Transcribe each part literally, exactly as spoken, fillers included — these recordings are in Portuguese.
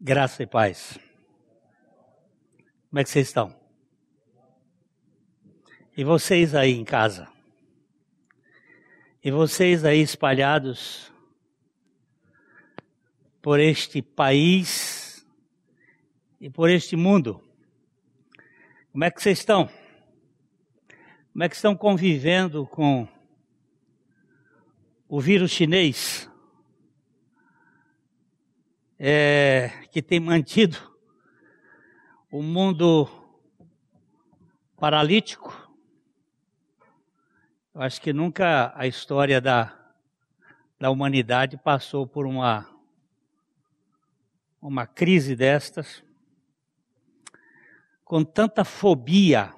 Graça e paz. Como é que vocês estão? E vocês aí em casa? E vocês aí espalhados por este país e por este mundo? Como é que vocês estão? Como é que estão convivendo com o vírus chinês? É, que tem mantido o mundo paralítico. Eu acho que nunca a história da, da humanidade passou por uma, uma crise destas, com tanta fobia.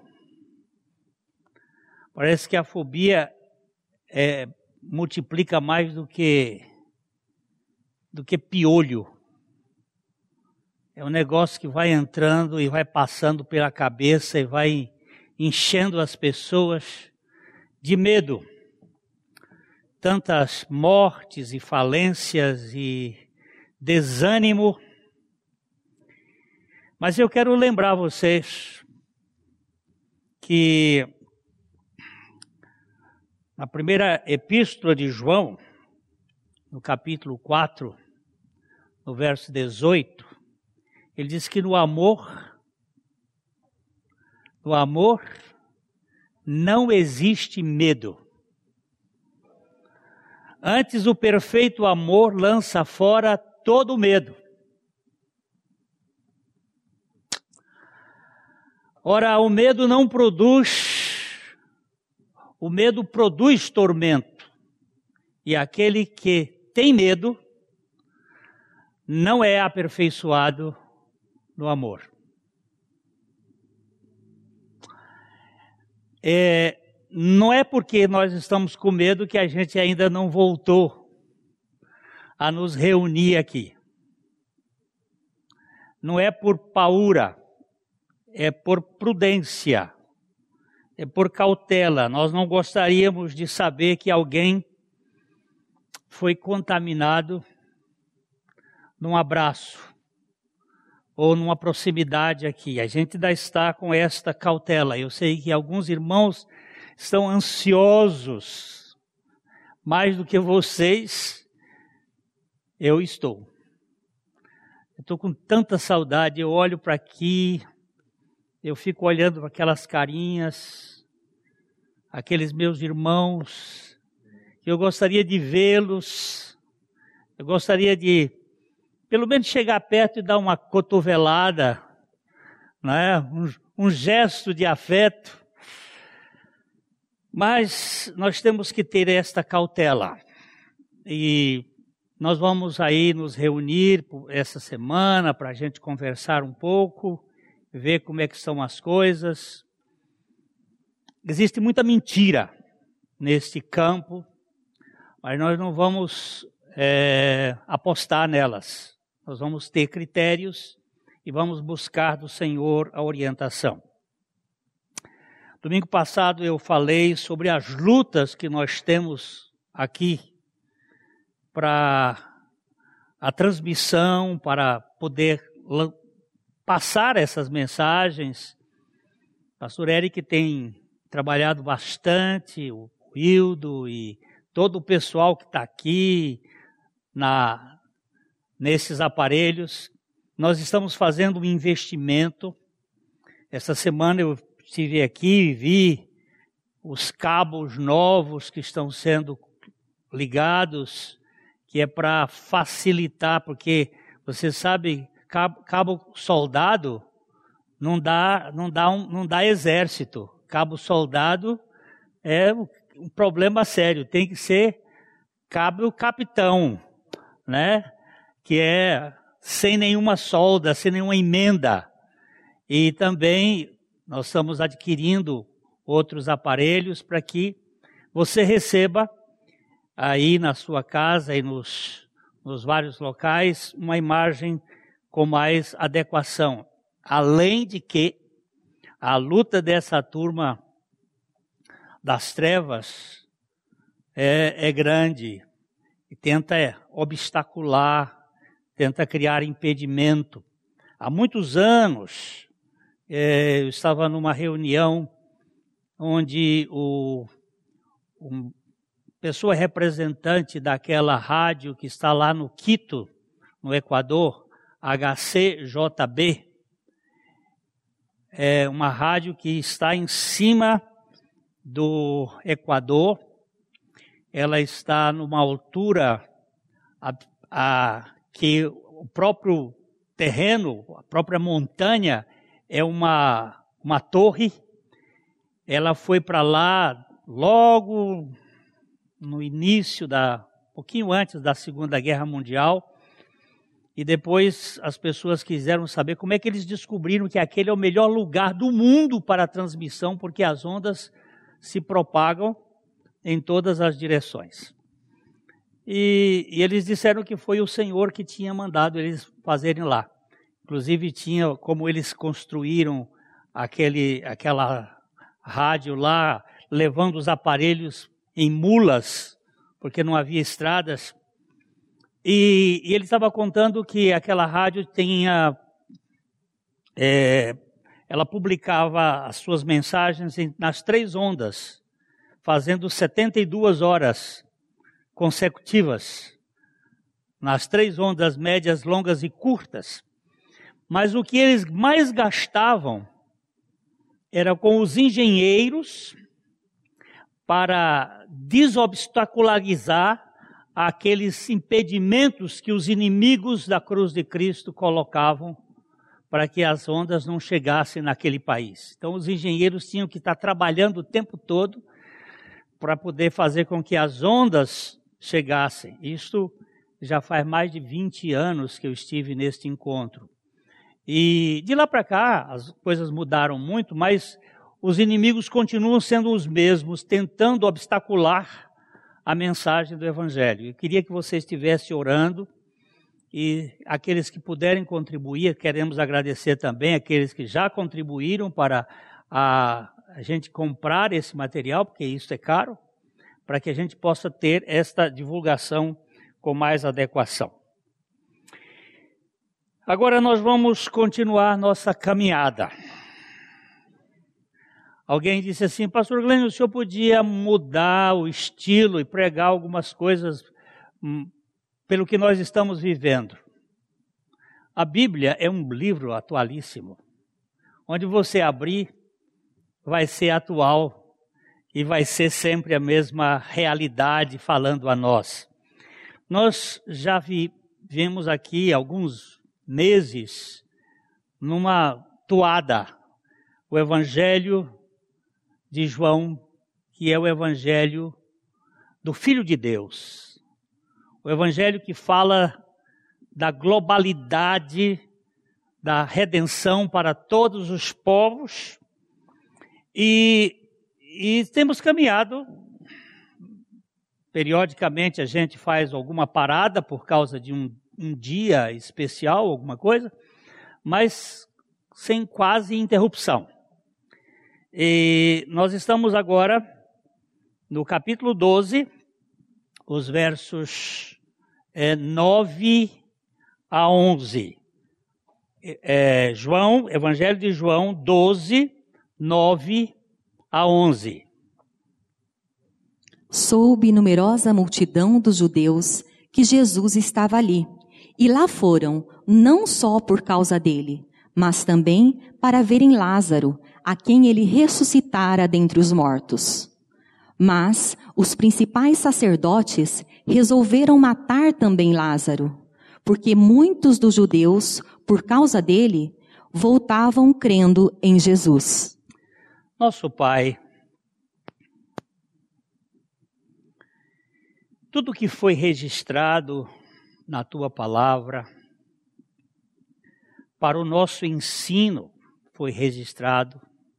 Parece que a fobia é, multiplica mais do que, do que piolho. É um negócio que vai entrando e vai passando pela cabeça e vai enchendo as pessoas de medo. Tantas mortes e falências e desânimo. Mas eu quero lembrar vocês que na primeira epístola de João, no capítulo quatro, no verso dezoito, ele diz que no amor, no amor não existe medo. Antes o perfeito amor lança fora todo medo. Ora, o medo não produz, o medo produz tormento. E aquele que tem medo não é aperfeiçoado no amor. É, não é porque nós estamos com medo que a gente ainda não voltou a nos reunir aqui. Não é por paura, é por prudência, é por cautela. Nós não gostaríamos de saber que alguém foi contaminado num abraço ou numa proximidade aqui. A gente ainda está com esta cautela. Eu sei que alguns irmãos estão ansiosos, mais do que vocês, eu estou. Eu estou com tanta saudade, eu olho para aqui, eu fico olhando para aquelas carinhas, aqueles meus irmãos, que eu gostaria de vê-los, eu gostaria de pelo menos chegar perto e dar uma cotovelada, né? um, um gesto de afeto. Mas nós temos que ter esta cautela. E nós vamos aí nos reunir essa semana para a gente conversar um pouco, ver como é que são as coisas. Existe muita mentira neste campo, mas nós não vamos é, apostar nelas. Nós vamos ter critérios e vamos buscar do Senhor a orientação. Domingo passado eu falei sobre as lutas que nós temos aqui para a transmissão, para poder passar essas mensagens. O pastor Eric tem trabalhado bastante, o Hildo e todo o pessoal que está aqui na nesses aparelhos. Nós estamos fazendo um investimento. Essa semana eu estive aqui e vi os cabos novos que estão sendo ligados, que é para facilitar, porque você sabe, cabo, cabo soldado não dá, não dá, um, não dá exército. Cabo soldado é um problema sério, tem que ser cabo capitão, né? Que é sem nenhuma solda, sem nenhuma emenda. E também nós estamos adquirindo outros aparelhos para que você receba aí na sua casa e nos, nos vários locais uma imagem com mais adequação. Além de que a luta dessa turma das trevas é, é grande e tenta é, obstacular, tenta criar impedimento. Há muitos anos, é, eu estava numa reunião onde o, o pessoa representante daquela rádio que está lá no Quito, no Equador, H C J B, é uma rádio que está em cima do Equador. Ela está numa altura a, a, que o próprio terreno, a própria montanha é uma, uma torre. Ela foi para lá logo no início, da, um pouquinho antes da Segunda Guerra Mundial. E depois as pessoas quiseram saber como é que eles descobriram que aquele é o melhor lugar do mundo para a transmissão, porque as ondas se propagam em todas as direções. E, e eles disseram que foi o Senhor que tinha mandado eles fazerem lá. Inclusive tinha como eles construíram aquele, aquela rádio lá, levando os aparelhos em mulas, porque não havia estradas. E, e ele estava contando que aquela rádio tinha, é, ela publicava as suas mensagens em, nas três ondas, fazendo setenta e duas horas consecutivas, nas três ondas médias, longas e curtas. Mas o que eles mais gastavam era com os engenheiros para desobstacularizar aqueles impedimentos que os inimigos da cruz de Cristo colocavam para que as ondas não chegassem naquele país. Então os engenheiros tinham que estar trabalhando o tempo todo para poder fazer com que as ondas chegassem. Isto já faz mais de vinte anos que eu estive neste encontro. E de lá para cá as coisas mudaram muito, mas os inimigos continuam sendo os mesmos, tentando obstacular a mensagem do Evangelho. Eu queria que você estivesse orando, e aqueles que puderem contribuir, queremos agradecer também aqueles que já contribuíram para a, a gente comprar esse material, porque isso é caro, para que a gente possa ter esta divulgação com mais adequação. Agora nós vamos continuar nossa caminhada. Alguém disse assim: pastor Glênio, o senhor podia mudar o estilo e pregar algumas coisas hum, pelo que nós estamos vivendo. A Bíblia é um livro atualíssimo. Onde você abrir, vai ser atual e vai ser sempre a mesma realidade falando a nós. Nós já vi, vimos aqui alguns meses numa toada o Evangelho de João, que é o Evangelho do Filho de Deus. O Evangelho que fala da globalidade da redenção para todos os povos. E, e temos caminhado, periodicamente a gente faz alguma parada por causa de um, um dia especial, alguma coisa, mas sem quase interrupção. E nós estamos agora no capítulo doze, os versos é, nove a onze. É, João, Evangelho de João doze, nove a onze. Soube numerosa multidão dos judeus que Jesus estava ali, e lá foram, não só por causa dele, mas também para verem Lázaro, a quem ele ressuscitara dentre os mortos. Mas os principais sacerdotes resolveram matar também Lázaro, porque muitos dos judeus, por causa dele, voltavam crendo em Jesus. Nosso Pai, tudo que foi registrado na Tua Palavra, para o nosso ensino foi registrado,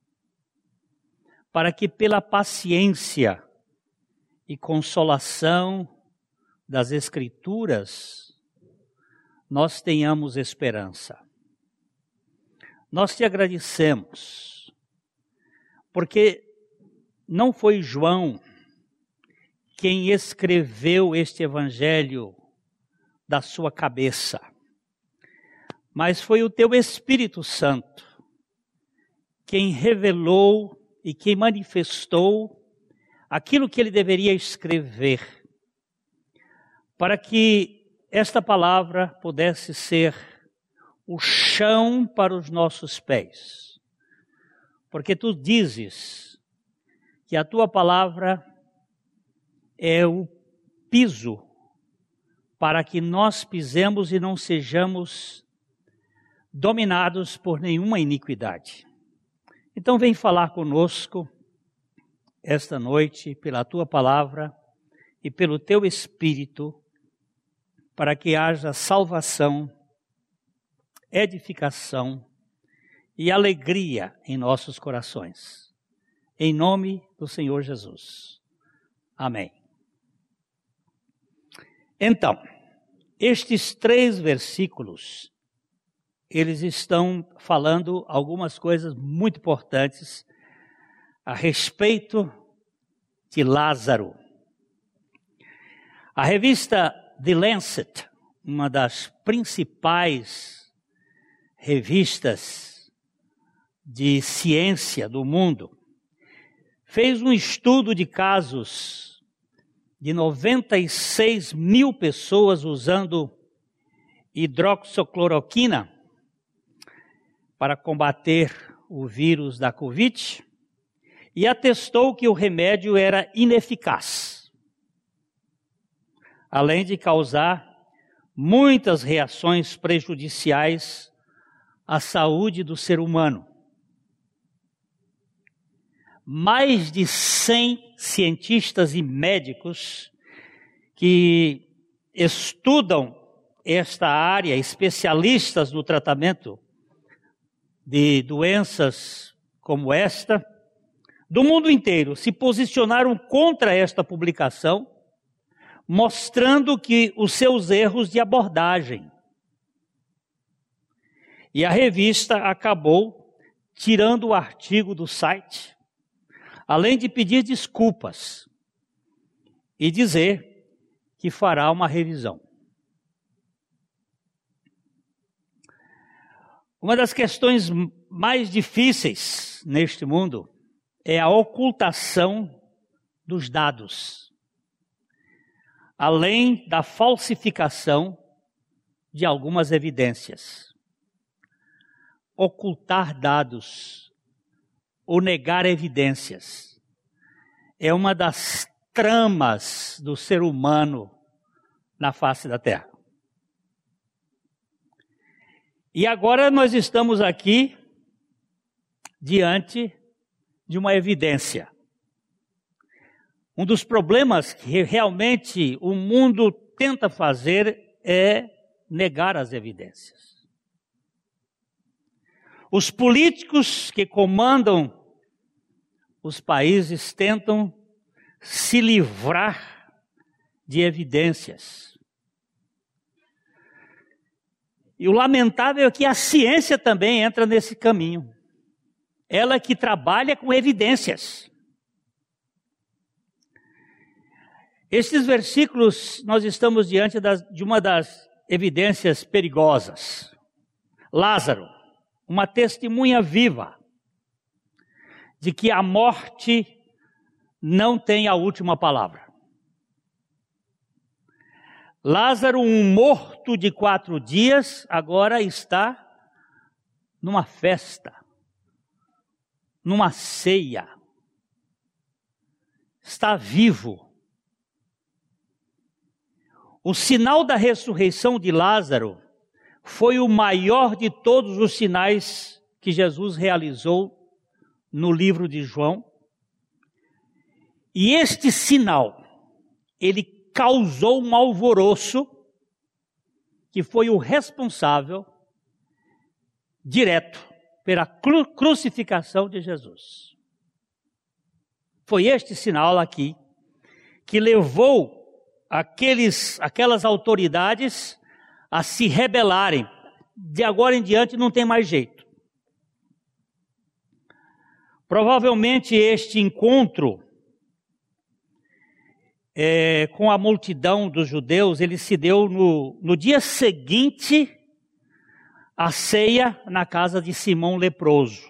para que pela paciência e consolação das Escrituras, nós tenhamos esperança. Nós te agradecemos, porque não foi João quem escreveu este evangelho da sua cabeça. mas foi o teu Espírito Santo quem revelou e quem manifestou aquilo que ele deveria escrever, para que esta palavra pudesse ser o chão para os nossos pés. Porque tu dizes que a tua palavra é o piso para que nós pisemos e não sejamos dominados por nenhuma iniquidade. Então vem falar conosco esta noite pela tua palavra e pelo teu Espírito, para que haja salvação, edificação e alegria em nossos corações. Em nome do Senhor Jesus. Amém. Então, estes três versículos, eles estão falando algumas coisas muito importantes a respeito de Lázaro. A revista The Lancet, uma das principais revistas de ciência do mundo, fez um estudo de casos de noventa e seis mil pessoas usando hidroxicloroquina para combater o vírus da Covid e atestou que o remédio era ineficaz, além de causar muitas reações prejudiciais à saúde do ser humano. Mais de cem cientistas e médicos que estudam esta área, especialistas no tratamento de doenças como esta, do mundo inteiro, se posicionaram contra esta publicação, mostrando que os seus erros de abordagem. E a revista acabou tirando o artigo do site, além de pedir desculpas e dizer que fará uma revisão. Uma das questões mais difíceis neste mundo é a ocultação dos dados, além da falsificação de algumas evidências. Ocultar dados ou negar evidências é uma das tramas do ser humano na face da terra. E agora nós estamos aqui diante de uma evidência. Um dos problemas que realmente o mundo tenta fazer é negar as evidências. Os políticos que comandam os países tentam se livrar de evidências. E o lamentável é que a ciência também entra nesse caminho. Ela que trabalha com evidências. Estes versículos, nós estamos diante das, de uma das evidências perigosas. Lázaro, uma testemunha viva de que a morte não tem a última palavra. Lázaro, um morto de quatro dias, agora está numa festa, numa ceia. Está vivo. O sinal da ressurreição de Lázaro foi o maior de todos os sinais que Jesus realizou no livro de João. E este sinal, ele causou um alvoroço que foi o responsável direto pela cru- crucificação de Jesus. Foi este sinal aqui que levou aqueles, aquelas autoridades a se rebelarem. De agora em diante não tem mais jeito. Provavelmente este encontro É, com a multidão dos judeus, ele se deu no, no dia seguinte a ceia na casa de Simão leproso.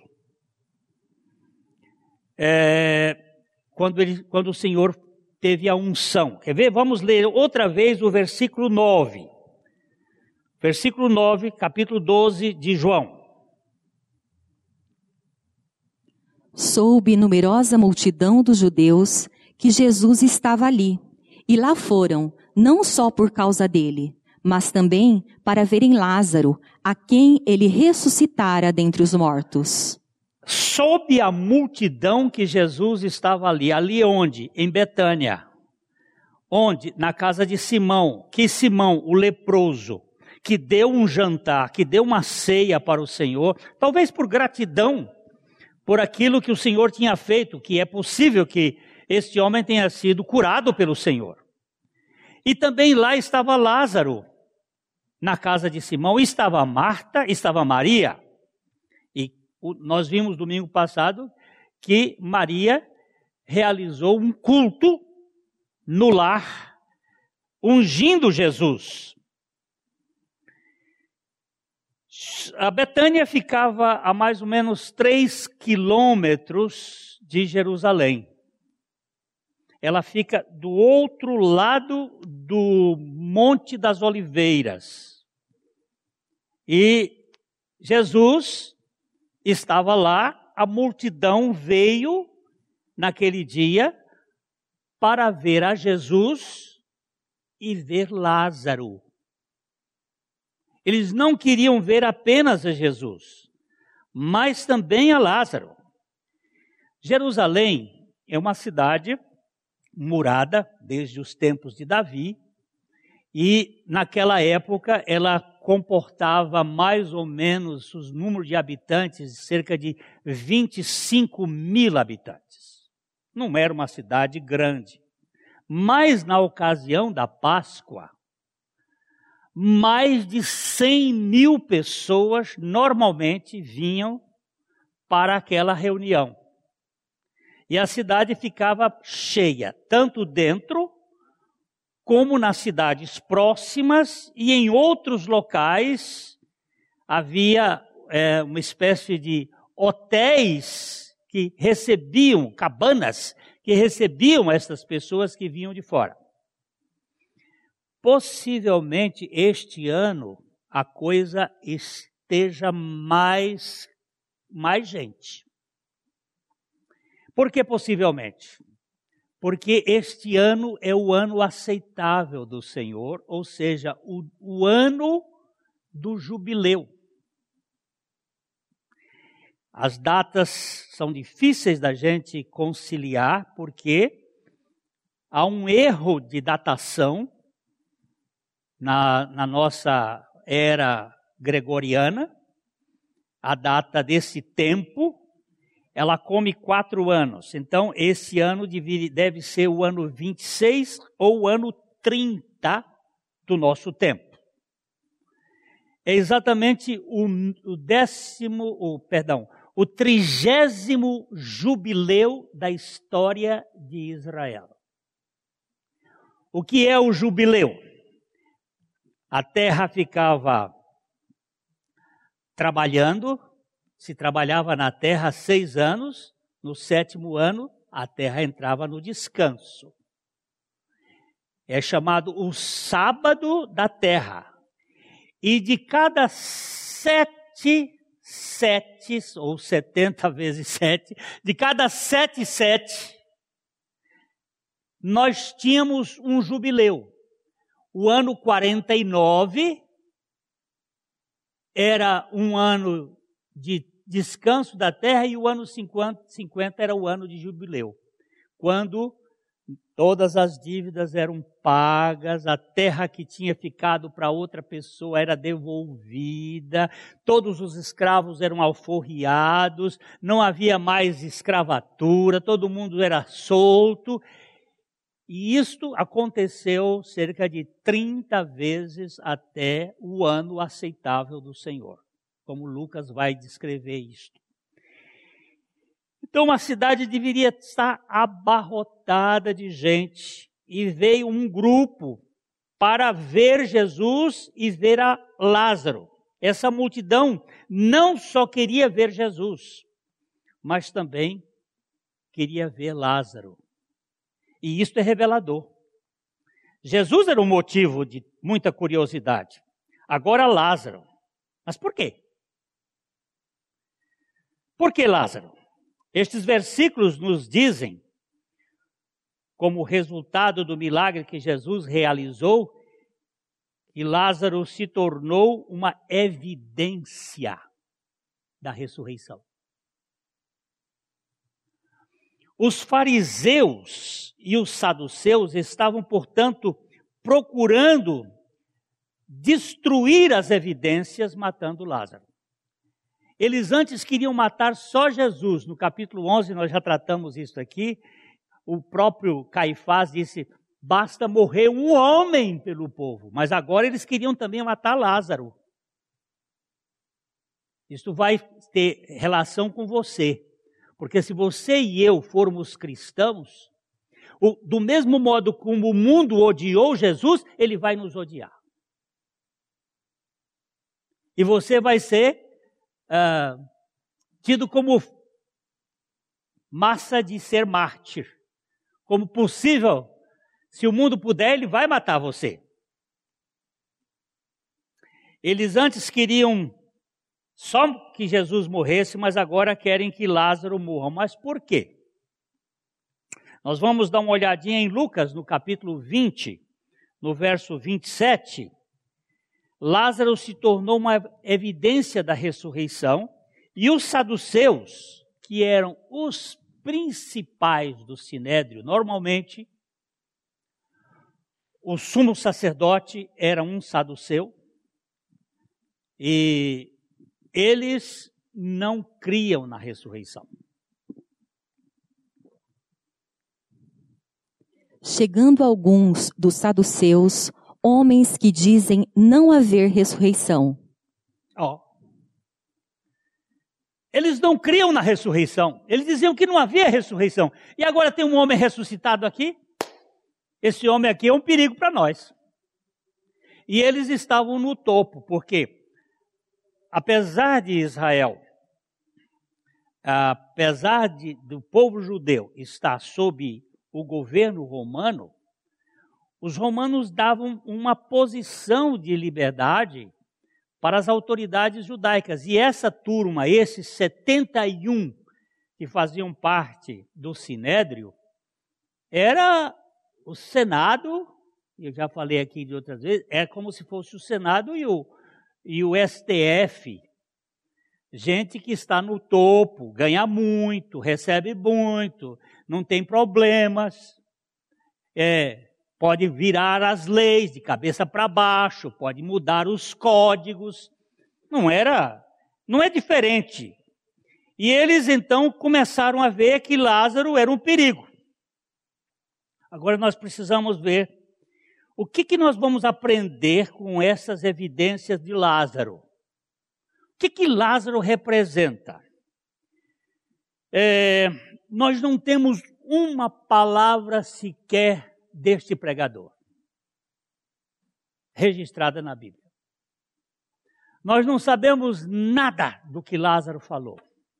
É, quando, ele, quando o Senhor teve a unção. Quer ver? Vamos ler outra vez o versículo nove. Versículo nove, capítulo doze de João. Soube numerosa multidão dos judeus que Jesus estava ali, e lá foram, não só por causa dele, mas também para verem Lázaro, a quem ele ressuscitara dentre os mortos. Soube a multidão que Jesus estava ali. Ali onde? Em Betânia. Onde? Na casa de Simão. Que Simão, o leproso, que deu um jantar, que deu uma ceia para o Senhor, talvez por gratidão, por aquilo que o Senhor tinha feito, que é possível que este homem tenha sido curado pelo Senhor. E também lá estava Lázaro, na casa de Simão, estava Marta, estava Maria. E nós vimos domingo passado que Maria realizou um culto no lar, ungindo Jesus. A Betânia ficava a mais ou menos três quilômetros de Jerusalém. Ela fica do outro lado do Monte das Oliveiras. E Jesus estava lá, a multidão veio naquele dia para ver a Jesus e ver Lázaro. Eles não queriam ver apenas a Jesus, mas também a Lázaro. Jerusalém é uma cidade murada desde os tempos de Davi, e naquela época ela comportava mais ou menos os números de habitantes, cerca de vinte e cinco mil habitantes. Não era uma cidade grande, mas na ocasião da Páscoa, mais de cem mil pessoas normalmente vinham para aquela reunião. E a cidade ficava cheia, tanto dentro como nas cidades próximas, e em outros locais havia é, uma espécie de hotéis que recebiam, cabanas, que recebiam essas pessoas que vinham de fora. Possivelmente este ano a coisa esteja mais, mais gente. Por que possivelmente? Porque este ano é o ano aceitável do Senhor, ou seja, o, o ano do jubileu. As datas são difíceis da gente conciliar, porque há um erro de datação na, na nossa era gregoriana. A data desse tempo, ela come quatro anos. Então, esse ano deve ser o ano vinte e seis ou o ano trinta do nosso tempo. É exatamente o, o décimo, o, perdão, o trigésimo jubileu da história de Israel. O que é o jubileu? A terra ficava trabalhando, se trabalhava na terra seis anos, no sétimo ano a terra entrava no descanso. É chamado o sábado da terra. E de cada sete, sete, ou setenta vezes sete, de cada sete, sete, nós tínhamos um jubileu. O ano quarenta e nove era um ano de descanso da terra, e o ano cinquenta, cinquenta era o ano de jubileu, quando todas as dívidas eram pagas, a terra que tinha ficado para outra pessoa era devolvida, todos os escravos eram alforriados, não havia mais escravatura, todo mundo era solto. E isto aconteceu cerca de trinta vezes até o ano aceitável do Senhor, como Lucas vai descrever isto. Então a cidade deveria estar abarrotada de gente, e veio um grupo para ver Jesus e ver a Lázaro. essa multidão não só queria ver Jesus, mas também queria ver Lázaro. E isso é revelador. Jesus era um motivo de muita curiosidade. Agora Lázaro. Mas por quê? Por que Lázaro? Estes versículos nos dizem, como resultado do milagre que Jesus realizou, que Lázaro se tornou uma evidência da ressurreição. Os fariseus e os saduceus estavam, portanto, procurando destruir as evidências, matando Lázaro. Eles antes queriam matar só Jesus. No capítulo onze, nós já tratamos isso aqui. O próprio Caifás disse, basta morrer um homem pelo povo. Mas agora eles queriam também matar Lázaro. Isso vai ter relação com você. Porque se você e eu formos cristãos, o, do mesmo modo como o mundo odiou Jesus, ele vai nos odiar. E você vai ser uh, tido como massa de ser mártir. Como possível, se o mundo puder, ele vai matar você. Eles antes queriam só que Jesus morresse, mas agora querem que Lázaro morra. Mas por quê? Nós vamos dar uma olhadinha em Lucas, no capítulo vinte, no verso vinte e sete. Lázaro se tornou uma evidência da ressurreição e os saduceus, que eram os principais do sinédrio, normalmente, o sumo sacerdote era um saduceu e eles não criam na ressurreição. Chegando alguns dos saduceus, homens que dizem não haver ressurreição. Ó. Oh. Eles não criam na ressurreição. Eles diziam que não havia ressurreição. E agora tem um homem ressuscitado aqui. Esse homem aqui é um perigo para nós. E eles estavam no topo, porque apesar de Israel, apesar de, do povo judeu estar sob o governo romano, os romanos davam uma posição de liberdade para as autoridades judaicas. E essa turma, esses setenta e um que faziam parte do Sinédrio, era o Senado, eu já falei aqui de outras vezes, é como se fosse o Senado e o, e o S T F. Gente que está no topo, ganha muito, recebe muito, não tem problemas, é, pode virar as leis de cabeça para baixo, pode mudar os códigos. Não era, não é diferente. E eles então começaram a ver que Lázaro era um perigo. Agora nós precisamos ver o que, que nós vamos aprender com essas evidências de Lázaro. O que, que Lázaro representa? É, nós não temos uma palavra sequer deste pregador registrada na Bíblia. Nós não sabemos nada do que Lázaro falou.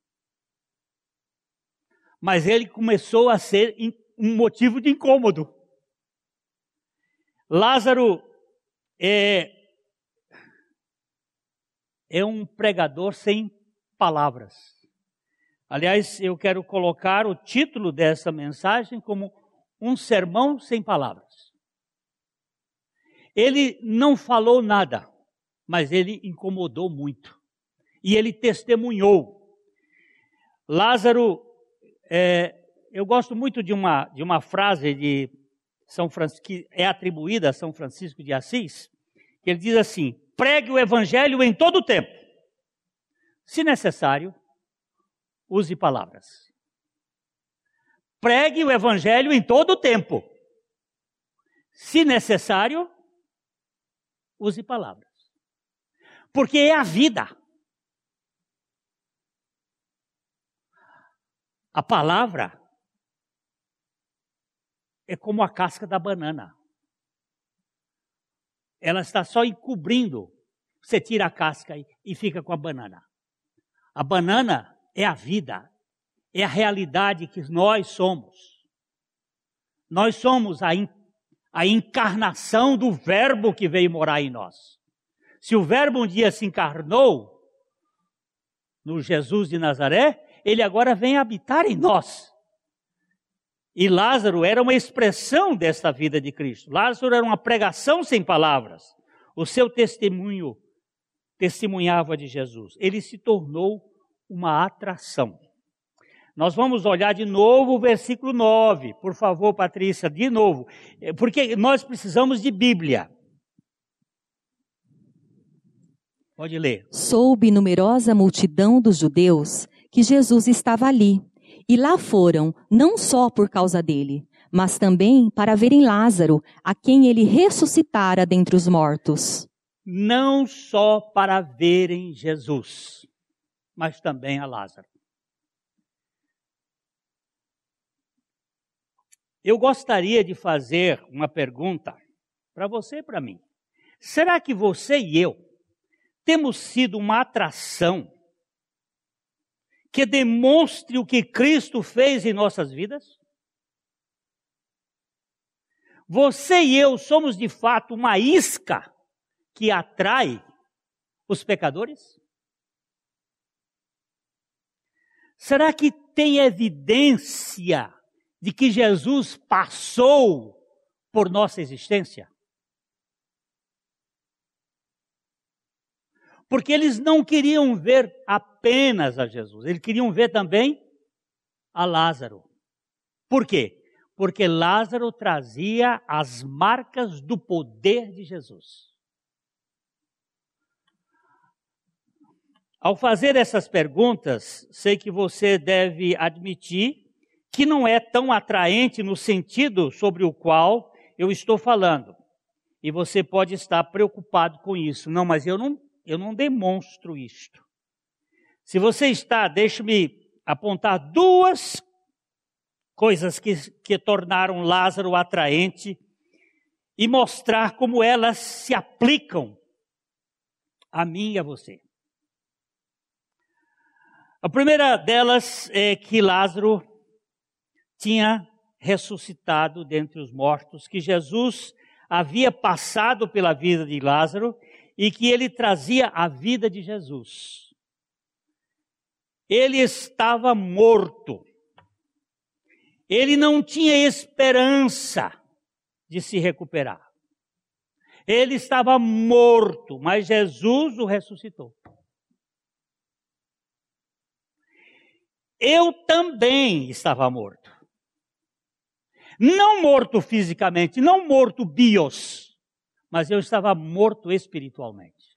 Mas ele começou a ser um motivo de incômodo. Lázaro é, é um pregador sem palavras. Aliás, eu quero colocar o título dessa mensagem como um sermão sem palavras. Ele não falou nada, mas ele incomodou muito. E ele testemunhou. Lázaro, é, eu gosto muito de uma, de uma frase de São Francisco, que é atribuída a São Francisco de Assis, que ele diz assim: pregue o evangelho em todo o tempo. Se necessário, use palavras. Pregue o evangelho em todo o tempo. Se necessário, use palavras. Porque é a vida. A palavra é como a casca da banana. Ela está só encobrindo, você tira a casca e, e fica com a banana. A banana é a vida, é a realidade que nós somos. Nós somos a, in, a encarnação do verbo que veio morar em nós. Se o verbo um dia se encarnou no Jesus de Nazaré, ele agora vem habitar em nós. E Lázaro era uma expressão desta vida de Cristo. Lázaro era uma pregação sem palavras. O seu testemunho testemunhava de Jesus. Ele se tornou uma atração. Nós vamos olhar de novo o versículo nove. Por favor, Patrícia, de novo. Porque nós precisamos de Bíblia. Pode ler. Soube numerosa multidão dos judeus que Jesus estava ali. E lá foram, não só por causa dele, mas também para verem Lázaro, a quem ele ressuscitara dentre os mortos. Não só para verem Jesus, mas também a Lázaro. Eu gostaria de fazer uma pergunta para você e para mim. Será que você e eu temos sido uma atração que demonstre o que Cristo fez em nossas vidas? Você e eu somos de fato uma isca que atrai os pecadores? Será que tem evidência de que Jesus passou por nossa existência? Porque eles não queriam ver apenas a Jesus, eles queriam ver também a Lázaro. Por quê? Porque Lázaro trazia as marcas do poder de Jesus. Ao fazer essas perguntas, sei que você deve admitir que não é tão atraente no sentido sobre o qual eu estou falando. E você pode estar preocupado com isso. Não, mas eu não Eu não demonstro isto. Se você está, deixe-me apontar duas coisas que, que tornaram Lázaro atraente e mostrar como elas se aplicam a mim e a você. A primeira delas é que Lázaro tinha ressuscitado dentre os mortos, que Jesus havia passado pela vida de Lázaro e que ele trazia a vida de Jesus. Ele estava morto. Ele não tinha esperança de se recuperar. Ele estava morto, mas Jesus o ressuscitou. Eu também estava morto. Não morto fisicamente, não morto bios, mas eu estava morto espiritualmente.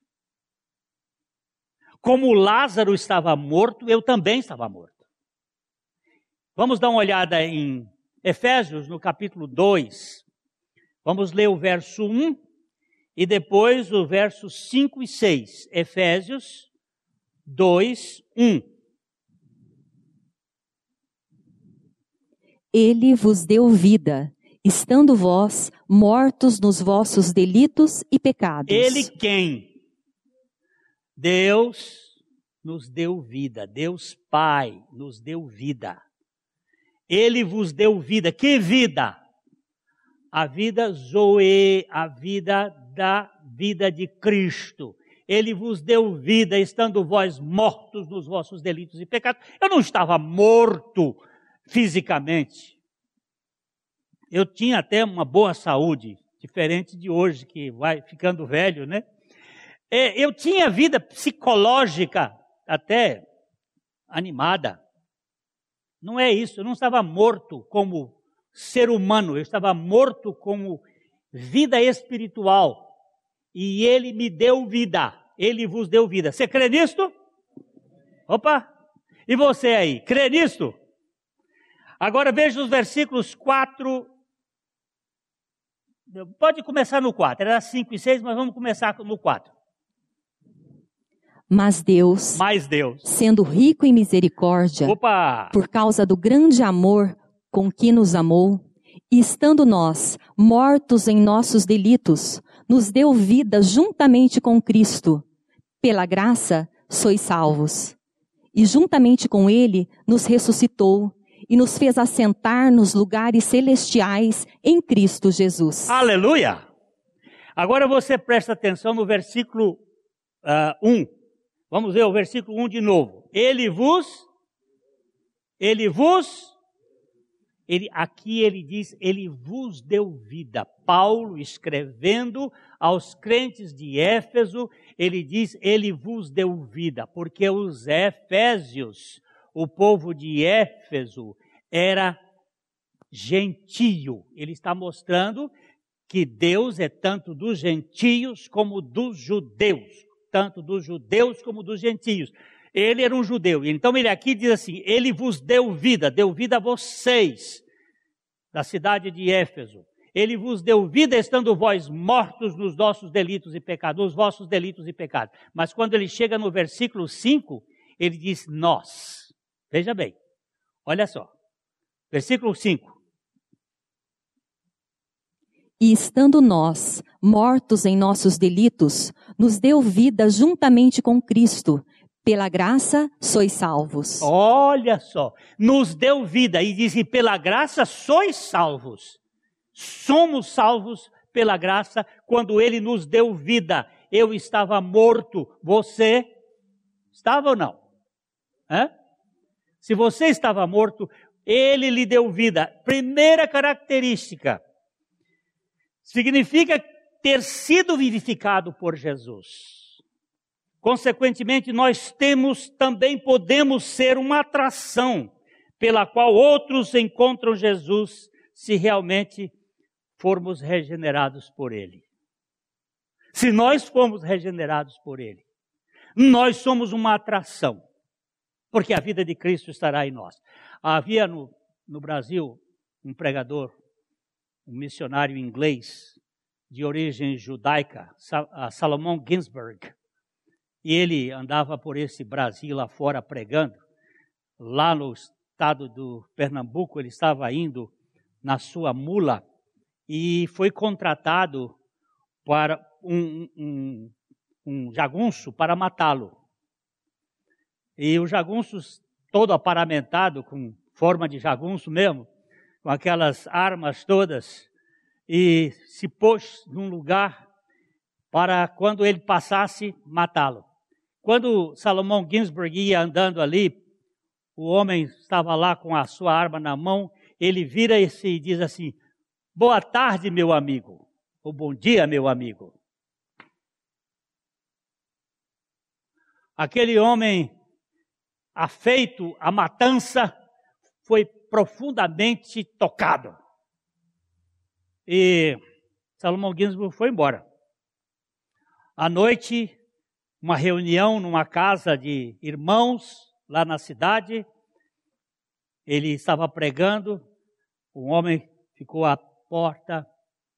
Como Lázaro estava morto, eu também estava morto. Vamos dar uma olhada em Efésios, no capítulo dois. Vamos ler o verso um e depois o verso cinco e seis. Efésios dois, um. Ele vos deu vida, estando vós mortos nos vossos delitos e pecados. Ele quem? Deus nos deu vida. Deus Pai nos deu vida. Ele vos deu vida. Que vida? A vida Zoe, a vida da vida de Cristo. Ele vos deu vida, estando vós mortos nos vossos delitos e pecados. Eu não estava morto fisicamente. Eu tinha até uma boa saúde, diferente de hoje, que vai ficando velho, né? Eu tinha vida psicológica até animada. Não é isso, eu não estava morto como ser humano, eu estava morto como vida espiritual. E Ele me deu vida, Ele vos deu vida. Você crê nisto? Opa! E você aí, crê nisto? Agora veja os versículos quatro. Pode começar no quatro, era cinco e seis, mas vamos começar no quatro. Mas Deus, Mas Deus, sendo rico em misericórdia, Opa! por causa do grande amor com que nos amou, e estando nós mortos em nossos delitos, nos deu vida juntamente com Cristo. pela graça sois salvos. E juntamente com ele nos ressuscitou e nos fez assentar nos lugares celestiais em Cristo Jesus. Aleluia! Agora você presta atenção no versículo uh, um. Vamos ver o versículo um de novo. Ele vos, ele vos, ele, aqui ele diz, ele vos deu vida. Paulo escrevendo aos crentes de Éfeso, ele diz, ele vos deu vida, porque os efésios, o povo de Éfeso, era gentio. Ele está mostrando que Deus é tanto dos gentios como dos judeus, tanto dos judeus como dos gentios. Ele era um judeu, então ele aqui diz assim, ele vos deu vida, deu vida a vocês, da cidade de Éfeso. Ele vos deu vida estando vós mortos nos nossos delitos e pecados, nos vossos delitos e pecados. Mas quando ele chega no versículo cinco, ele diz nós. Veja bem, olha só, versículo cinco. E estando nós, mortos em nossos delitos, nos deu vida juntamente com Cristo. Pela graça sois salvos. Olha só, nos deu vida e diz, e pela graça sois salvos. Somos salvos pela graça quando Ele nos deu vida. Eu estava morto, você estava ou não? Hã? Se você estava morto, Ele lhe deu vida. Primeira característica, significa ter sido vivificado por Jesus. Consequentemente, nós temos, também podemos ser uma atração pela qual outros encontram Jesus se realmente formos regenerados por Ele. Se nós formos regenerados por Ele, nós somos uma atração, porque a vida de Cristo estará em nós. Havia no, no Brasil um pregador, um missionário inglês de origem judaica, Salomão Ginsberg. E ele andava por esse Brasil lá fora pregando. Lá no estado do Pernambuco, ele estava indo na sua mula e foi contratado para um, um, um jagunço para matá-lo. E o jagunço, todo aparamentado, com forma de jagunço mesmo, com aquelas armas todas, e se pôs num lugar para, quando ele passasse, matá-lo. Quando Salomão Ginsberg ia andando ali, o homem estava lá com a sua arma na mão, ele vira-se e diz assim, boa tarde, meu amigo, ou bom dia, meu amigo. Aquele homem afeito à matança foi profundamente tocado. E Salomão Ginsberg foi embora. À noite, uma reunião numa casa de irmãos lá na cidade. Ele estava pregando, um homem ficou à porta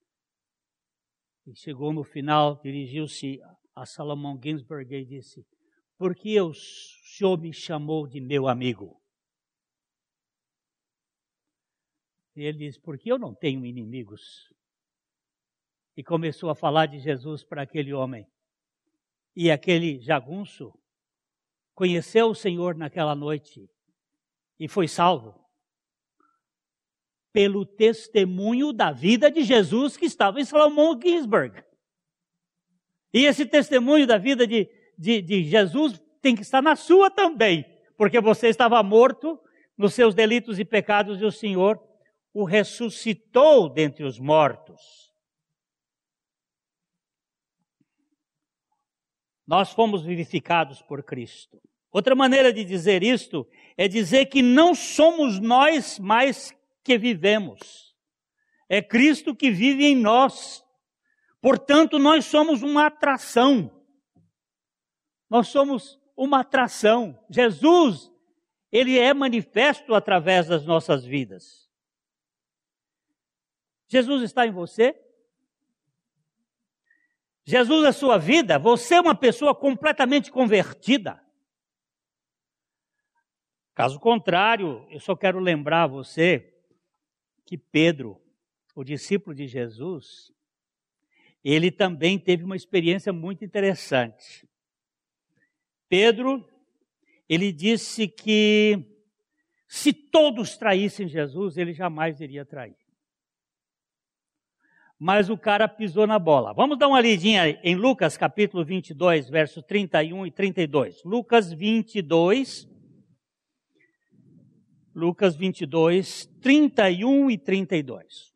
e chegou no final, dirigiu-se a Salomão Ginsberg e disse, por que o senhor me chamou de meu amigo? E ele disse, porque eu não tenho inimigos. E começou a falar de Jesus para aquele homem. E aquele jagunço conheceu o Senhor naquela noite e foi salvo pelo testemunho da vida de Jesus que estava em Salomão Ginsberg. E esse testemunho da vida de, de, de Jesus tem que estar na sua também, porque você estava morto nos seus delitos e pecados e o Senhor o ressuscitou dentre os mortos. Nós fomos vivificados por Cristo. Outra maneira de dizer isto é dizer que não somos nós mais que vivemos. É Cristo que vive em nós. Portanto, nós somos uma atração. Nós somos uma atração. Jesus, Ele é manifesto através das nossas vidas. Jesus está em você? Jesus é sua vida? Você é uma pessoa completamente convertida? Caso contrário, eu só quero lembrar a você que Pedro, o discípulo de Jesus, ele também teve uma experiência muito interessante. Pedro, ele disse que se todos traíssem Jesus, ele jamais iria trair. Mas o cara pisou na bola. Vamos dar uma lidinha em Lucas capítulo vinte e dois, versos trinta e um e trinta e dois. Lucas vinte e dois, Lucas vinte e dois, trinta e um e trinta e dois.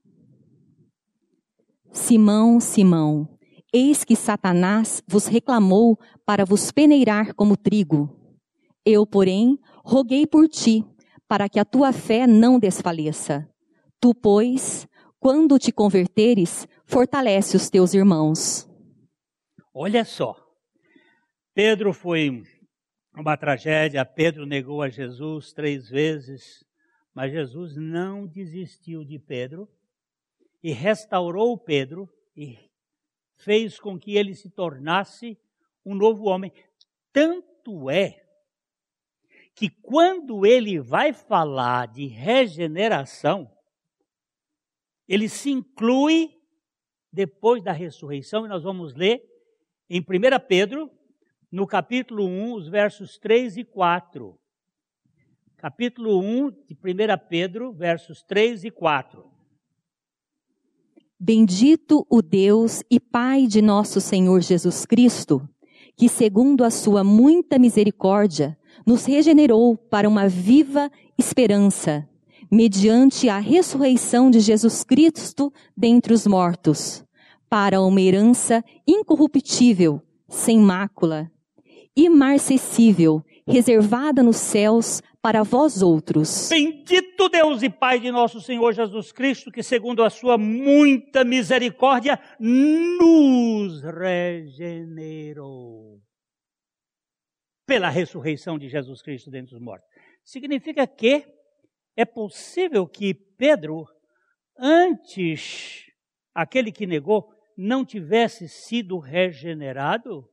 Simão, Simão, eis que Satanás vos reclamou para vos peneirar como trigo. Eu, porém, roguei por ti, para que a tua fé não desfaleça. Tu, pois, quando te converteres, fortalece os teus irmãos. Olha só, Pedro foi uma tragédia, Pedro negou a Jesus três vezes, mas Jesus não desistiu de Pedro e restaurou Pedro e fez com que ele se tornasse um novo homem. Tanto é que quando ele vai falar de regeneração, ele se inclui depois da ressurreição, e nós vamos ler em primeira Pedro, no capítulo um, os versos três e quatro. Capítulo um de primeira Pedro, versos três e quatro. Bendito o Deus e Pai de nosso Senhor Jesus Cristo, que segundo a sua muita misericórdia, nos regenerou para uma viva esperança, mediante a ressurreição de Jesus Cristo dentre os mortos, para uma herança incorruptível, sem mácula, imarcessível, reservada nos céus para vós outros. Bendito Deus e Pai de nosso Senhor Jesus Cristo, que segundo a sua muita misericórdia, nos regenerou pela ressurreição de Jesus Cristo dentre os mortos. Significa que é possível que Pedro, antes, aquele que negou, não tivesse sido regenerado?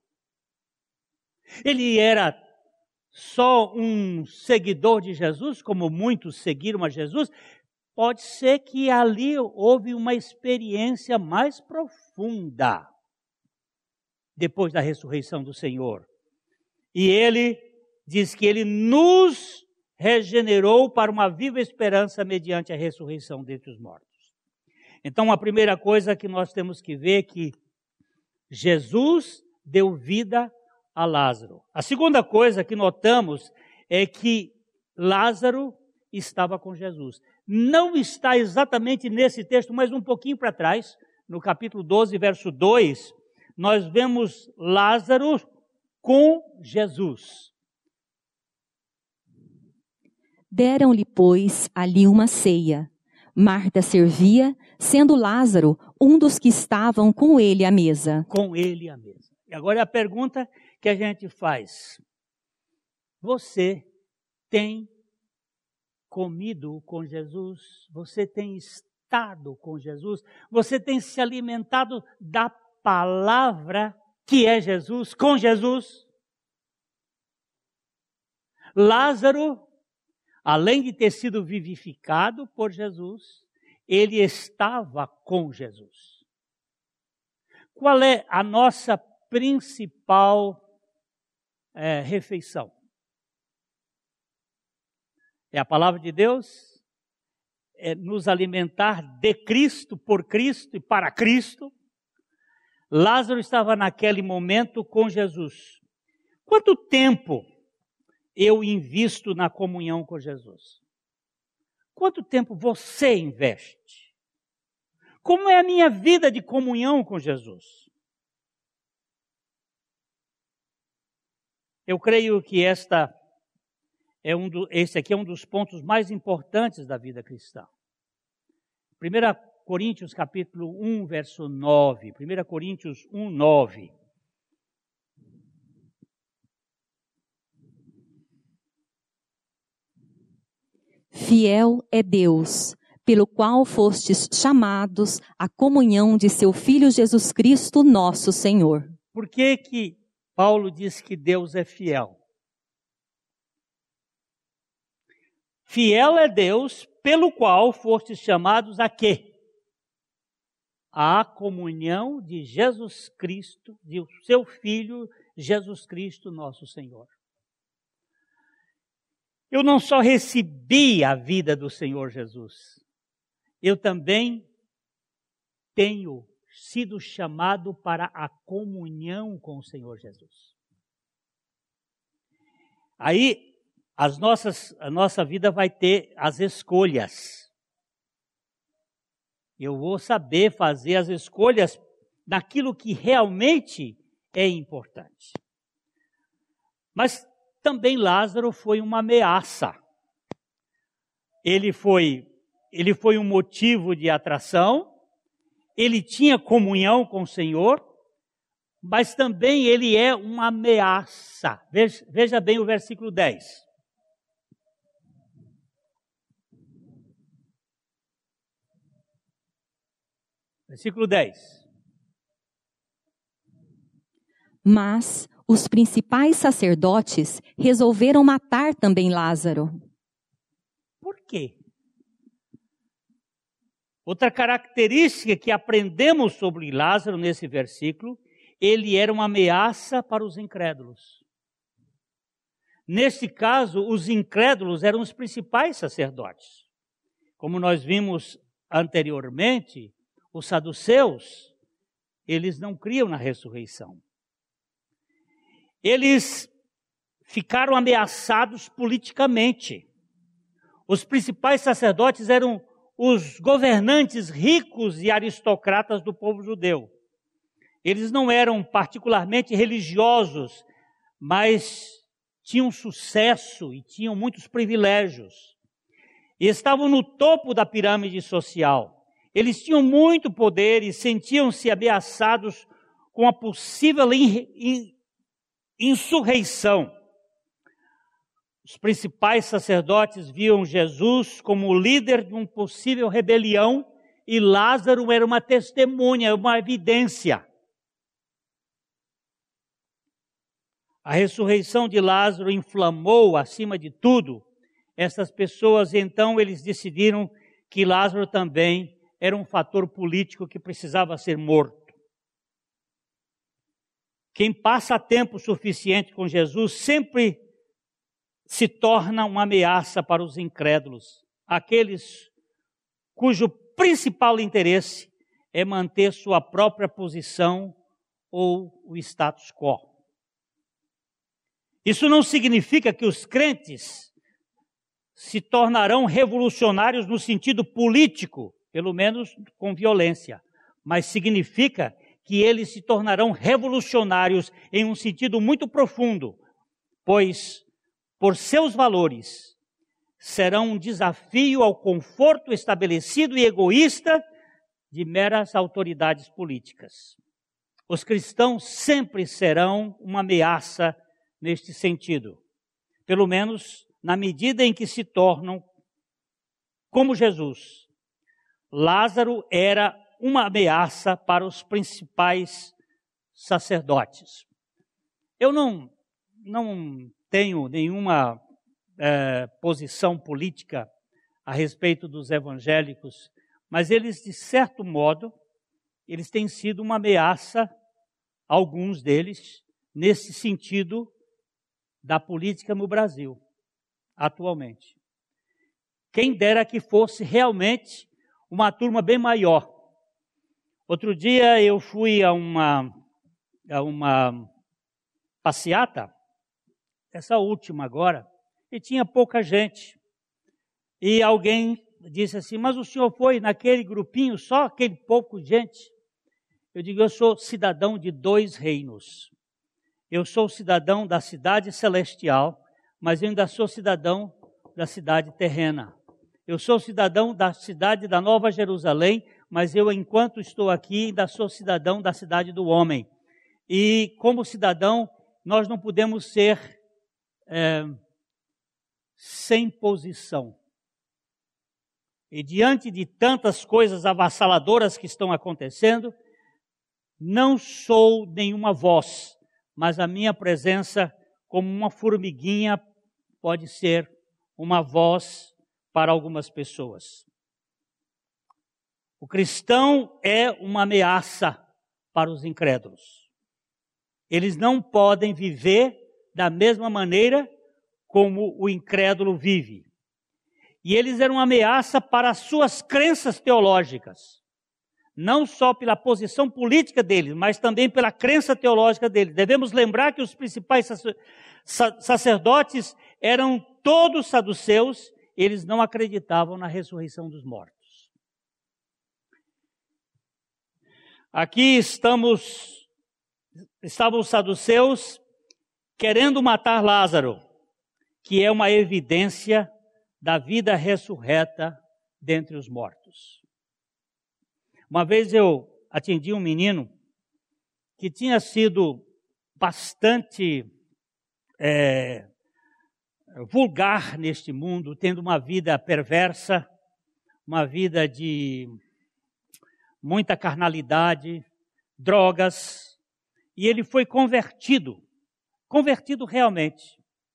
Ele era só um seguidor de Jesus, como muitos seguiram a Jesus? Pode ser que ali houve uma experiência mais profunda depois da ressurreição do Senhor. E ele diz que ele nos regenerou para uma viva esperança mediante a ressurreição dentre os mortos. Então, a primeira coisa que nós temos que ver é que Jesus deu vida a Lázaro. A segunda coisa que notamos é que Lázaro estava com Jesus. Não está exatamente nesse texto, mas um pouquinho para trás, no capítulo doze, verso dois, nós vemos Lázaro com Jesus. Deram-lhe, pois, ali uma ceia. Marta servia, sendo Lázaro um dos que estavam com ele à mesa. Com ele à mesa. E agora a pergunta que a gente faz: você tem comido com Jesus? Você tem estado com Jesus? Você tem se alimentado da palavra que é Jesus, com Jesus? Lázaro, além de ter sido vivificado por Jesus, ele estava com Jesus. Qual é a nossa principal é, refeição? É a palavra de Deus? É nos alimentar de Cristo, por Cristo e para Cristo? Lázaro estava naquele momento com Jesus. Quanto tempo eu invisto na comunhão com Jesus? Quanto tempo você investe? Como é a minha vida de comunhão com Jesus? Eu creio que esta é um do, esse aqui é um dos pontos mais importantes da vida cristã. primeira Coríntios capítulo um, verso nove. primeira Coríntios um, nove. Fiel é Deus, pelo qual fostes chamados à comunhão de seu Filho Jesus Cristo, nosso Senhor. Por que que Paulo diz que Deus é fiel? Fiel é Deus, pelo qual fostes chamados a quê? À comunhão de Jesus Cristo, de seu Filho Jesus Cristo, nosso Senhor. Eu não só recebi a vida do Senhor Jesus, eu também tenho sido chamado para a comunhão com o Senhor Jesus. Aí, as nossas, a nossa vida vai ter as escolhas. Eu vou saber fazer as escolhas naquilo que realmente é importante. Mas também Lázaro foi uma ameaça. Ele foi, ele foi um motivo de atração, ele tinha comunhão com o Senhor, mas também ele é uma ameaça. Veja, veja bem o versículo dez. Versículo dez. Mas os principais sacerdotes resolveram matar também Lázaro. Por quê? Outra característica que aprendemos sobre Lázaro nesse versículo, ele era uma ameaça para os incrédulos. Neste caso, os incrédulos eram os principais sacerdotes. Como nós vimos anteriormente, os saduceus, eles não criam na ressurreição. Eles ficaram ameaçados politicamente. Os principais sacerdotes eram os governantes ricos e aristocratas do povo judeu. Eles não eram particularmente religiosos, mas tinham sucesso e tinham muitos privilégios. E estavam no topo da pirâmide social. Eles tinham muito poder e sentiam-se ameaçados com a possível in- in- insurreição. Os principais sacerdotes viam Jesus como o líder de uma possível rebelião e Lázaro era uma testemunha, uma evidência. A ressurreição de Lázaro inflamou, acima de tudo, essas pessoas, e então eles decidiram que Lázaro também era um fator político que precisava ser morto. Quem passa tempo suficiente com Jesus sempre se torna uma ameaça para os incrédulos, aqueles cujo principal interesse é manter sua própria posição ou o status quo. Isso não significa que os crentes se tornarão revolucionários no sentido político, pelo menos com violência, mas significa que eles se tornarão revolucionários em um sentido muito profundo, pois, por seus valores, serão um desafio ao conforto estabelecido e egoísta de meras autoridades políticas. Os cristãos sempre serão uma ameaça neste sentido, pelo menos na medida em que se tornam como Jesus. Lázaro era uma ameaça para os principais sacerdotes. Eu não, não tenho nenhuma é, posição política a respeito dos evangélicos, mas eles, de certo modo, eles têm sido uma ameaça, alguns deles, nesse sentido da política no Brasil, atualmente. Quem dera que fosse realmente uma turma bem maior. Outro dia eu fui a uma, a uma passeata, essa última agora, e tinha pouca gente. E alguém disse assim, mas o senhor foi naquele grupinho, só aquele pouco de gente? Eu digo, eu sou cidadão de dois reinos. Eu sou cidadão da cidade celestial, mas eu ainda sou cidadão da cidade terrena. Eu sou cidadão da cidade da Nova Jerusalém, mas eu, enquanto estou aqui, ainda sou cidadão da cidade do homem. E, como cidadão, nós não podemos ser é, sem posição. E diante de tantas coisas avassaladoras que estão acontecendo, não sou nenhuma voz, mas a minha presença, como uma formiguinha, pode ser uma voz para algumas pessoas. O cristão é uma ameaça para os incrédulos. Eles não podem viver da mesma maneira como o incrédulo vive. E eles eram uma ameaça para as suas crenças teológicas. Não só pela posição política deles, mas também pela crença teológica deles. Devemos lembrar que os principais sacerdotes eram todos saduceus, eles não acreditavam na ressurreição dos mortos. Aqui estamos, estavam os saduceus querendo matar Lázaro, que é uma evidência da vida ressurreta dentre os mortos. Uma vez eu atendi um menino que tinha sido bastante é, vulgar neste mundo, tendo uma vida perversa, uma vida de muita carnalidade, drogas, e ele foi convertido, convertido realmente.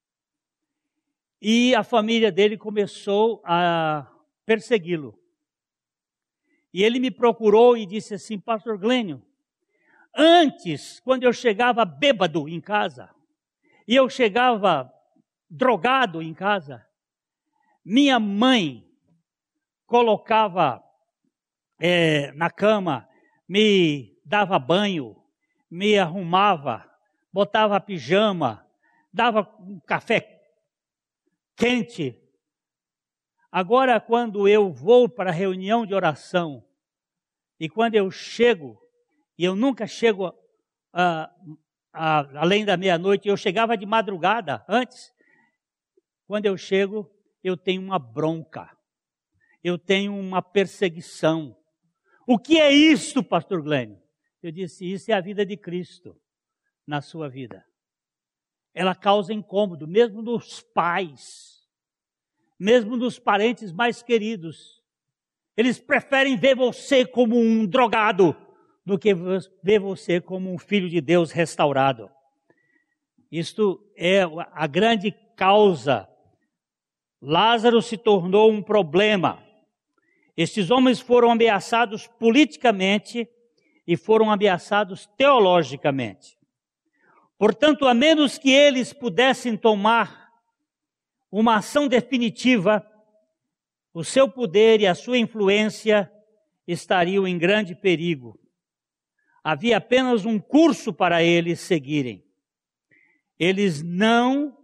E a família dele começou a persegui-lo. E ele me procurou e disse assim: Pastor Glênio, antes, quando eu chegava bêbado em casa, e eu chegava drogado em casa, minha mãe colocava é, na cama, me dava banho, me arrumava, botava pijama, dava um café quente. Agora, quando eu vou para a reunião de oração, e quando eu chego, e eu nunca chego uh, uh, além da meia-noite, eu chegava de madrugada antes, quando eu chego, eu tenho uma bronca, eu tenho uma perseguição. O que é isto, pastor Glênio? Eu disse, isso é a vida de Cristo na sua vida. Ela causa incômodo, mesmo nos pais, mesmo nos parentes mais queridos. Eles preferem ver você como um drogado do que ver você como um filho de Deus restaurado. Isto é a grande causa. Lázaro se tornou um problema. Estes homens foram ameaçados politicamente e foram ameaçados teologicamente. Portanto, a menos que eles pudessem tomar uma ação definitiva, o seu poder e a sua influência estariam em grande perigo. Havia apenas um curso para eles seguirem. Eles não,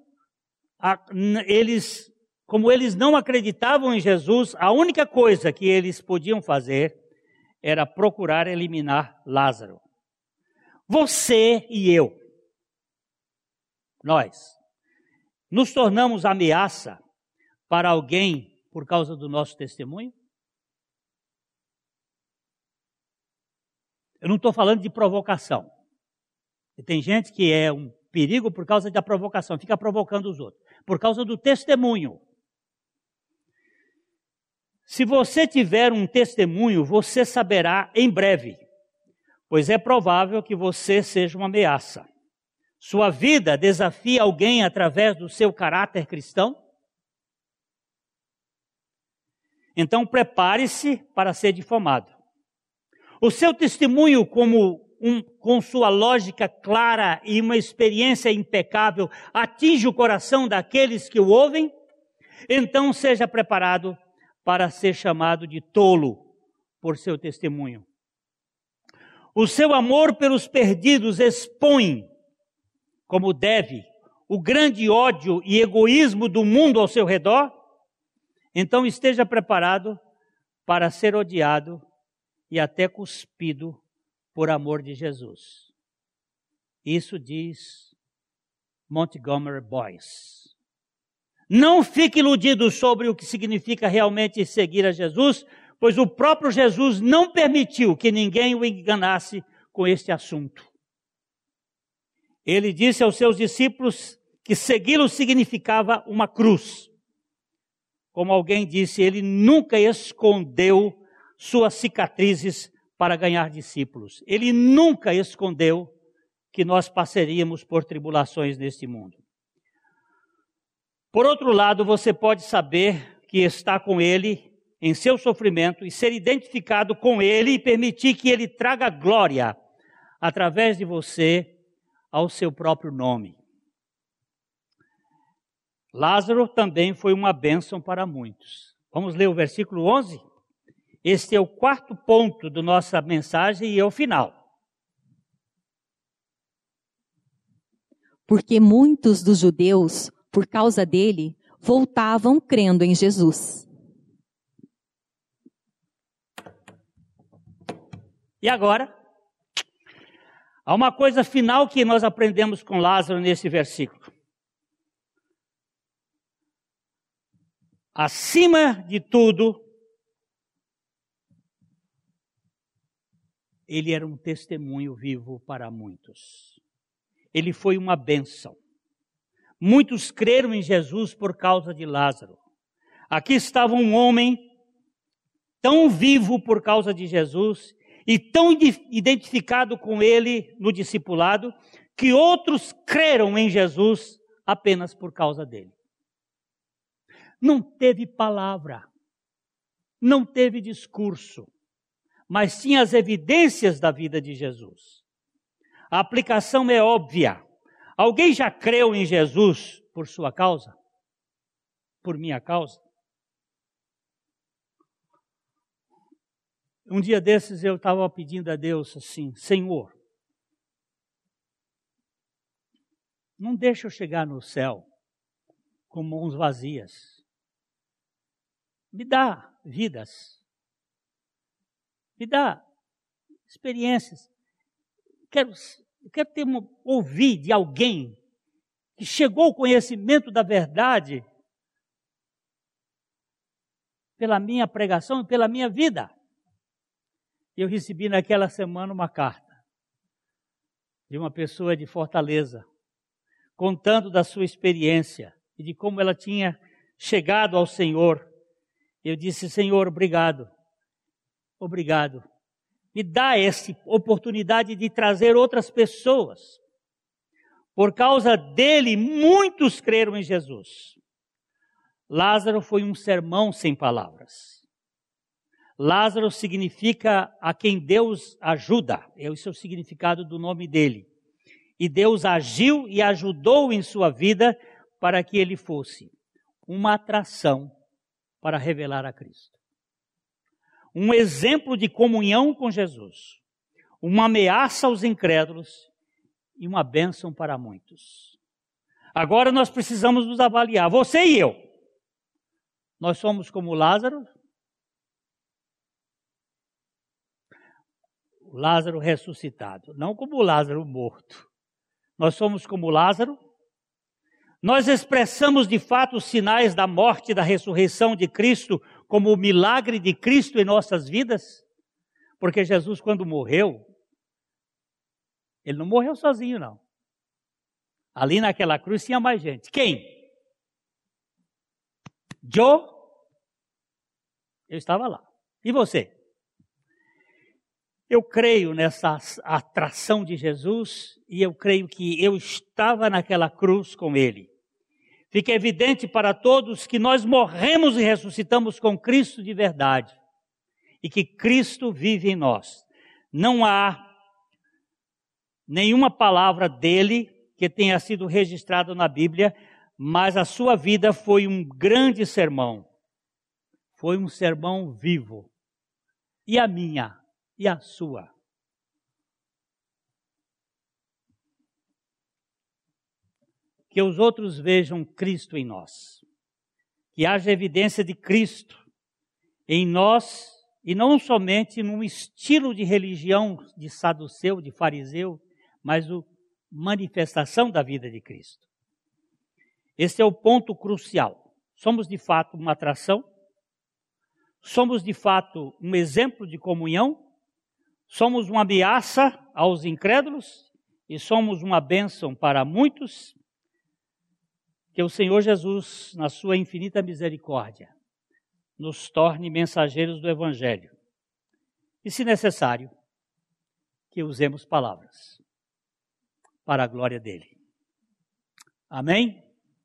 eles, como eles não acreditavam em Jesus, a única coisa que eles podiam fazer era procurar eliminar Lázaro. Você e eu, nós, nos tornamos ameaça para alguém por causa do nosso testemunho? Eu não estou falando de provocação. E tem gente que é um perigo por causa da provocação, fica provocando os outros. Por causa do testemunho. Se você tiver um testemunho, você saberá em breve, pois é provável que você seja uma ameaça. Sua vida desafia alguém através do seu caráter cristão? Então prepare-se para ser difamado. O seu testemunho, como um, com sua lógica clara e uma experiência impecável, atinge o coração daqueles que o ouvem? Então seja preparado para ser chamado de tolo por seu testemunho. O seu amor pelos perdidos expõe, como deve, o grande ódio e egoísmo do mundo ao seu redor? Então esteja preparado para ser odiado e até cuspido por amor de Jesus. Isso diz Montgomery Boyce. Não fique iludido sobre o que significa realmente seguir a Jesus, pois o próprio Jesus não permitiu que ninguém o enganasse com este assunto. Ele disse aos seus discípulos que segui-lo significava uma cruz. Como alguém disse, ele nunca escondeu suas cicatrizes para ganhar discípulos. Ele nunca escondeu que nós passaríamos por tribulações neste mundo. Por outro lado, você pode saber que está com ele em seu sofrimento e ser identificado com ele e permitir que ele traga glória através de você ao seu próprio nome. Lázaro também foi uma bênção para muitos. Vamos ler o versículo onze? Este é o quarto ponto da nossa mensagem e é o final. Porque muitos dos judeus, por causa dele, voltavam crendo em Jesus. E agora, há uma coisa final que nós aprendemos com Lázaro nesse versículo. Acima de tudo, ele era um testemunho vivo para muitos. Ele foi uma bênção. Muitos creram em Jesus por causa de Lázaro. Aqui estava um homem tão vivo por causa de Jesus e tão identificado com ele no discipulado, que outros creram em Jesus apenas por causa dele. Não teve palavra, não teve discurso, mas tinha as evidências da vida de Jesus. A aplicação é óbvia. Alguém já creu em Jesus por sua causa? Por minha causa? Um dia desses eu estava pedindo a Deus assim, Senhor, não deixa eu chegar no céu com mãos vazias. Me dá vidas. Me dá experiências. Quero, quero ter uma, ouvir de alguém que chegou ao conhecimento da verdade pela minha pregação e pela minha vida. Eu recebi naquela semana uma carta de uma pessoa de Fortaleza, contando da sua experiência e de como ela tinha chegado ao Senhor. Eu disse, Senhor, obrigado, obrigado. Me dá essa oportunidade de trazer outras pessoas. Por causa dele, muitos creram em Jesus. Lázaro foi um sermão sem palavras. Lázaro significa a quem Deus ajuda. Esse é o significado do nome dele. E Deus agiu e ajudou em sua vida para que ele fosse uma atração para revelar a Cristo. Um exemplo de comunhão com Jesus. Uma ameaça aos incrédulos e uma bênção para muitos. Agora nós precisamos nos avaliar. Você e eu. Nós somos como Lázaro. Lázaro ressuscitado, não como Lázaro morto. Nós somos como Lázaro. Nós expressamos de fato os sinais da morte e da ressurreição de Cristo como o milagre de Cristo em nossas vidas. Porque Jesus, quando morreu, ele não morreu sozinho, não. Ali naquela cruz tinha mais gente. Quem? Joe? Eu estava lá. E você? Eu creio nessa atração de Jesus e eu creio que eu estava naquela cruz com ele. Fica evidente para todos que nós morremos e ressuscitamos com Cristo de verdade e que Cristo vive em nós. Não há nenhuma palavra dele que tenha sido registrada na Bíblia, mas a sua vida foi um grande sermão. Foi um sermão vivo. E a minha? E a sua? Que os outros vejam Cristo em nós. Que haja evidência de Cristo em nós, e não somente num estilo de religião de saduceu, de fariseu, mas a manifestação da vida de Cristo. Esse é o ponto crucial. Somos de fato uma atração? Somos de fato um exemplo de comunhão? Somos uma ameaça aos incrédulos e somos uma bênção para muitos. Que o Senhor Jesus, na sua infinita misericórdia, nos torne mensageiros do Evangelho. E, se necessário, que usemos palavras para a glória dele. Amém?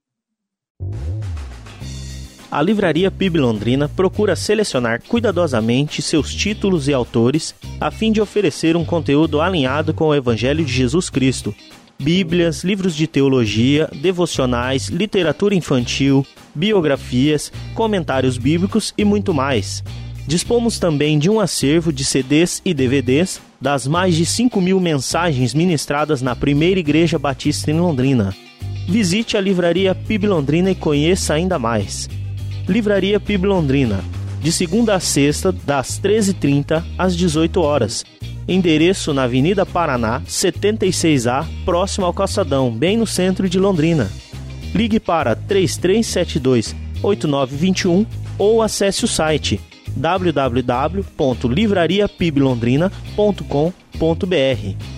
A Livraria P I B Londrina procura selecionar cuidadosamente seus títulos e autores a fim de oferecer um conteúdo alinhado com o Evangelho de Jesus Cristo. bíblias, livros de teologia, devocionais, literatura infantil, biografias, comentários bíblicos e muito mais. Dispomos também de um acervo de C Ds e D V Ds das mais de cinco mil mensagens ministradas na primeira Igreja Batista em Londrina. Visite a Livraria P I B Londrina e conheça ainda mais. Livraria P I B Londrina, de segunda a sexta, das treze e trinta às dezoito horas. Endereço na Avenida Paraná, setenta e seis A, próximo ao Calçadão, bem no centro de Londrina. Ligue para três três sete dois, oito nove dois um ou acesse o site w w w ponto livraria p i b londrina ponto com ponto b r.